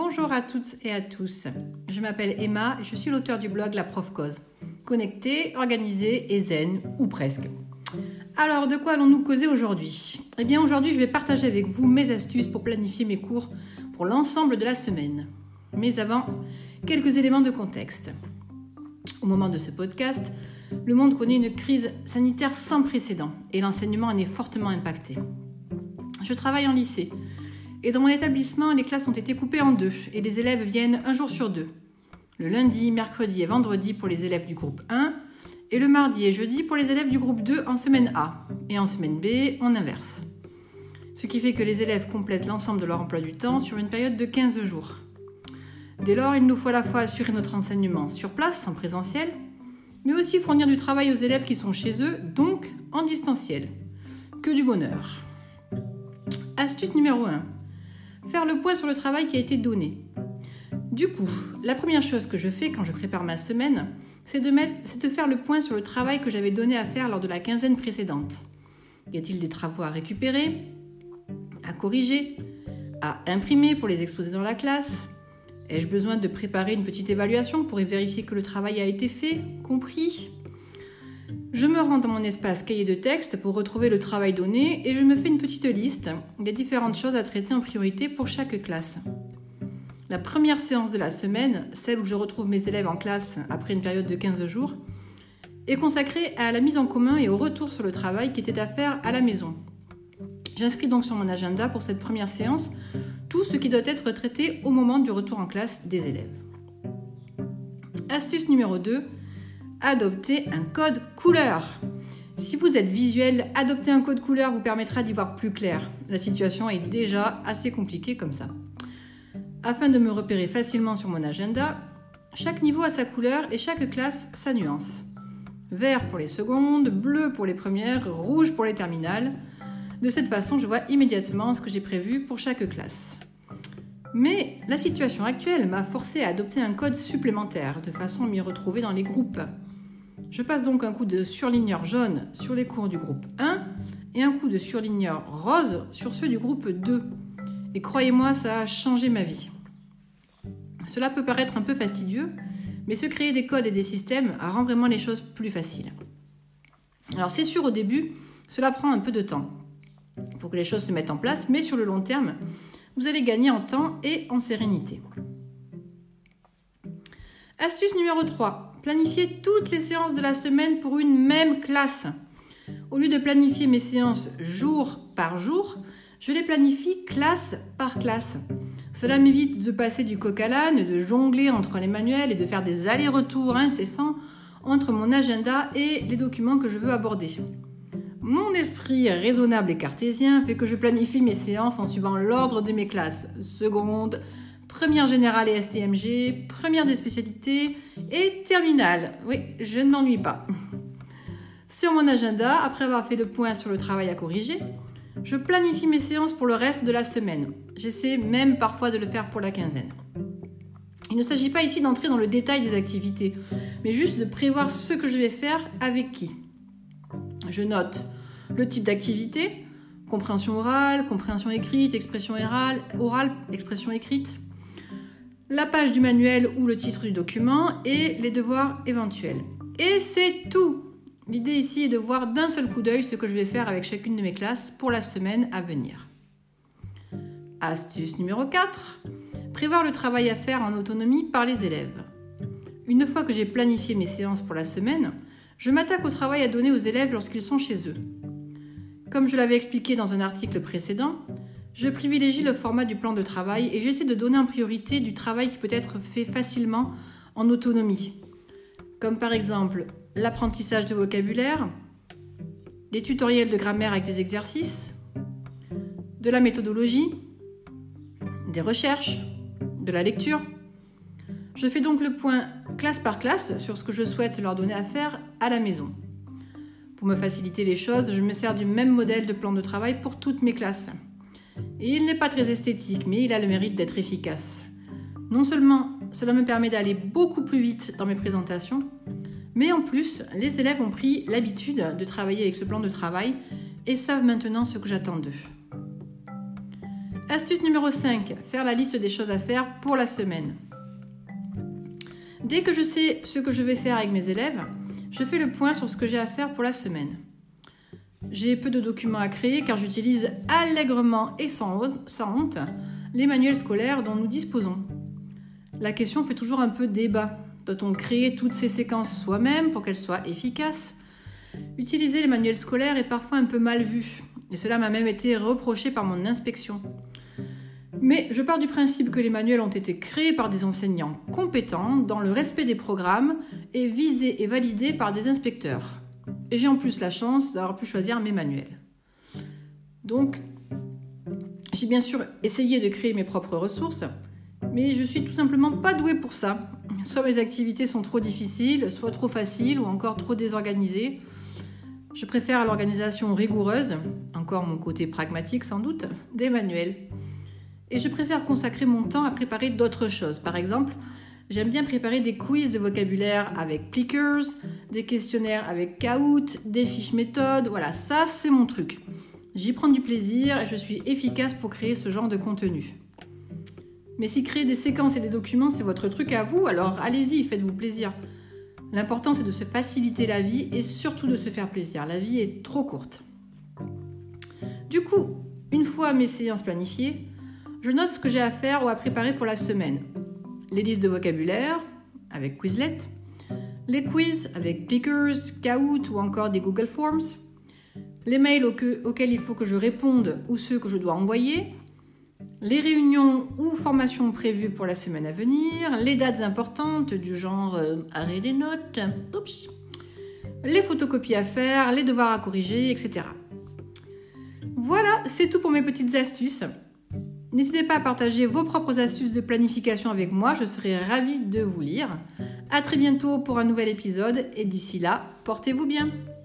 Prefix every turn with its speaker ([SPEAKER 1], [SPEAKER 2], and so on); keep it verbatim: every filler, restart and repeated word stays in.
[SPEAKER 1] Bonjour à toutes et à tous. Je m'appelle Emma et je suis l'auteur du blog La Prof Cause. Connectée, organisée et zen, ou presque. Alors, de quoi allons-nous causer aujourd'hui ? Eh bien, aujourd'hui, je vais partager avec vous mes astuces pour planifier mes cours pour l'ensemble de la semaine. Mais avant, quelques éléments de contexte. Au moment de ce podcast, le monde connaît une crise sanitaire sans précédent et l'enseignement en est fortement impacté. Je travaille en lycée et dans mon établissement, les classes ont été coupées en deux et les élèves viennent un jour sur deux. Le lundi, mercredi et vendredi pour les élèves du groupe un et le mardi et jeudi pour les élèves du groupe deux en semaine A. Et en semaine B, on inverse. Ce qui fait que les élèves complètent l'ensemble de leur emploi du temps sur une période de quinze jours. Dès lors, il nous faut à la fois assurer notre enseignement sur place, en présentiel, mais aussi fournir du travail aux élèves qui sont chez eux, donc en distanciel. Que du bonheur. Astuce numéro un. Faire le point sur le travail qui a été donné. Du coup, la première chose que je fais quand je prépare ma semaine, c'est de, mettre, c'est de faire le point sur le travail que j'avais donné à faire lors de la quinzaine précédente. Y a-t-il des travaux à récupérer, à corriger, à imprimer pour les exposer dans la classe ? Ai-je besoin de préparer une petite évaluation pour vérifier que le travail a été fait, compris ? Je me rends dans mon espace cahier de texte pour retrouver le travail donné et je me fais une petite liste des différentes choses à traiter en priorité pour chaque classe. La première séance de la semaine, celle où je retrouve mes élèves en classe après une période de quinze jours, est consacrée à la mise en commun et au retour sur le travail qui était à faire à la maison. J'inscris donc sur mon agenda pour cette première séance tout ce qui doit être traité au moment du retour en classe des élèves. Astuce numéro deux. Adopter un code couleur. Si vous êtes visuel, adopter un code couleur vous permettra d'y voir plus clair. La situation est déjà assez compliquée comme ça. Afin de me repérer facilement sur mon agenda, chaque niveau a sa couleur et chaque classe sa nuance. Vert pour les secondes, bleu pour les premières, rouge pour les terminales. De cette façon, je vois immédiatement ce que j'ai prévu pour chaque classe. Mais la situation actuelle m'a forcé à adopter un code supplémentaire de façon à m'y retrouver dans les groupes. Je passe donc un coup de surligneur jaune sur les cours du groupe un et un coup de surligneur rose sur ceux du groupe deux. Et croyez-moi, ça a changé ma vie. Cela peut paraître un peu fastidieux, mais se créer des codes et des systèmes rend vraiment les choses plus faciles. Alors c'est sûr, au début, cela prend un peu de temps pour que les choses se mettent en place, mais sur le long terme, vous allez gagner en temps et en sérénité. Astuce numéro trois. Planifier toutes les séances de la semaine pour une même classe. Au lieu de planifier mes séances jour par jour, je les planifie classe par classe. Cela m'évite de passer du coq à l'âne, de jongler entre les manuels et de faire des allers-retours incessants entre mon agenda et les documents que je veux aborder. Mon esprit raisonnable et cartésien fait que je planifie mes séances en suivant l'ordre de mes classes. Seconde, première générale et S T M G, première des spécialités et terminale. Oui, je ne m'ennuie pas. Sur mon agenda, après avoir fait le point sur le travail à corriger, je planifie mes séances pour le reste de la semaine. J'essaie même parfois de le faire pour la quinzaine. Il ne s'agit pas ici d'entrer dans le détail des activités, mais juste de prévoir ce que je vais faire avec qui. Je note le type d'activité, compréhension orale, compréhension écrite, expression orale, orale, expression écrite, la page du manuel ou le titre du document et les devoirs éventuels. Et c'est tout! L'idée ici est de voir d'un seul coup d'œil ce que je vais faire avec chacune de mes classes pour la semaine à venir. Astuce numéro quatre. Prévoir le travail à faire en autonomie par les élèves. Une fois que j'ai planifié mes séances pour la semaine, je m'attaque au travail à donner aux élèves lorsqu'ils sont chez eux. Comme je l'avais expliqué dans un article précédent, je privilégie le format du plan de travail et j'essaie de donner en priorité du travail qui peut être fait facilement en autonomie. Comme par exemple l'apprentissage de vocabulaire, des tutoriels de grammaire avec des exercices, de la méthodologie, des recherches, de la lecture. Je fais donc le point classe par classe sur ce que je souhaite leur donner à faire à la maison. Pour me faciliter les choses, je me sers du même modèle de plan de travail pour toutes mes classes. Et il n'est pas très esthétique, mais il a le mérite d'être efficace. Non seulement cela me permet d'aller beaucoup plus vite dans mes présentations, mais en plus, les élèves ont pris l'habitude de travailler avec ce plan de travail et savent maintenant ce que j'attends d'eux. Astuce numéro cinq, faire la liste des choses à faire pour la semaine. Dès que je sais ce que je vais faire avec mes élèves, je fais le point sur ce que j'ai à faire pour la semaine. J'ai peu de documents à créer car j'utilise allègrement et sans honte les manuels scolaires dont nous disposons. La question fait toujours un peu débat. Doit-on créer toutes ces séquences soi-même pour qu'elles soient efficaces ? Utiliser les manuels scolaires est parfois un peu mal vu, et cela m'a même été reproché par mon inspection. Mais je pars du principe que les manuels ont été créés par des enseignants compétents dans le respect des programmes et visés et validés par des inspecteurs. Et j'ai en plus la chance d'avoir pu choisir mes manuels. Donc, j'ai bien sûr essayé de créer mes propres ressources, mais je suis tout simplement pas douée pour ça. Soit mes activités sont trop difficiles, soit trop faciles ou encore trop désorganisées. Je préfère l'organisation rigoureuse, encore mon côté pragmatique sans doute, des manuels. Et je préfère consacrer mon temps à préparer d'autres choses. Par exemple, j'aime bien préparer des quiz de vocabulaire avec Plickers, des questionnaires avec Kahoot, des fiches méthodes. Voilà, ça c'est mon truc. J'y prends du plaisir et je suis efficace pour créer ce genre de contenu. Mais si créer des séquences et des documents, c'est votre truc à vous, alors allez-y, faites-vous plaisir. L'important, c'est de se faciliter la vie et surtout de se faire plaisir. La vie est trop courte. Du coup, une fois mes séances planifiées, je note ce que j'ai à faire ou à préparer pour la semaine. Les listes de vocabulaire, avec Quizlet, les quiz avec Plickers, Kahoot ou encore des Google Forms, les mails auxquels il faut que je réponde ou ceux que je dois envoyer, les réunions ou formations prévues pour la semaine à venir, les dates importantes du genre euh, arrêt des notes, oups, les photocopies à faire, les devoirs à corriger, et cetera. Voilà, c'est tout pour mes petites astuces. N'hésitez pas à partager vos propres astuces de planification avec moi, je serai ravie de vous lire. À très bientôt pour un nouvel épisode et d'ici là, portez-vous bien.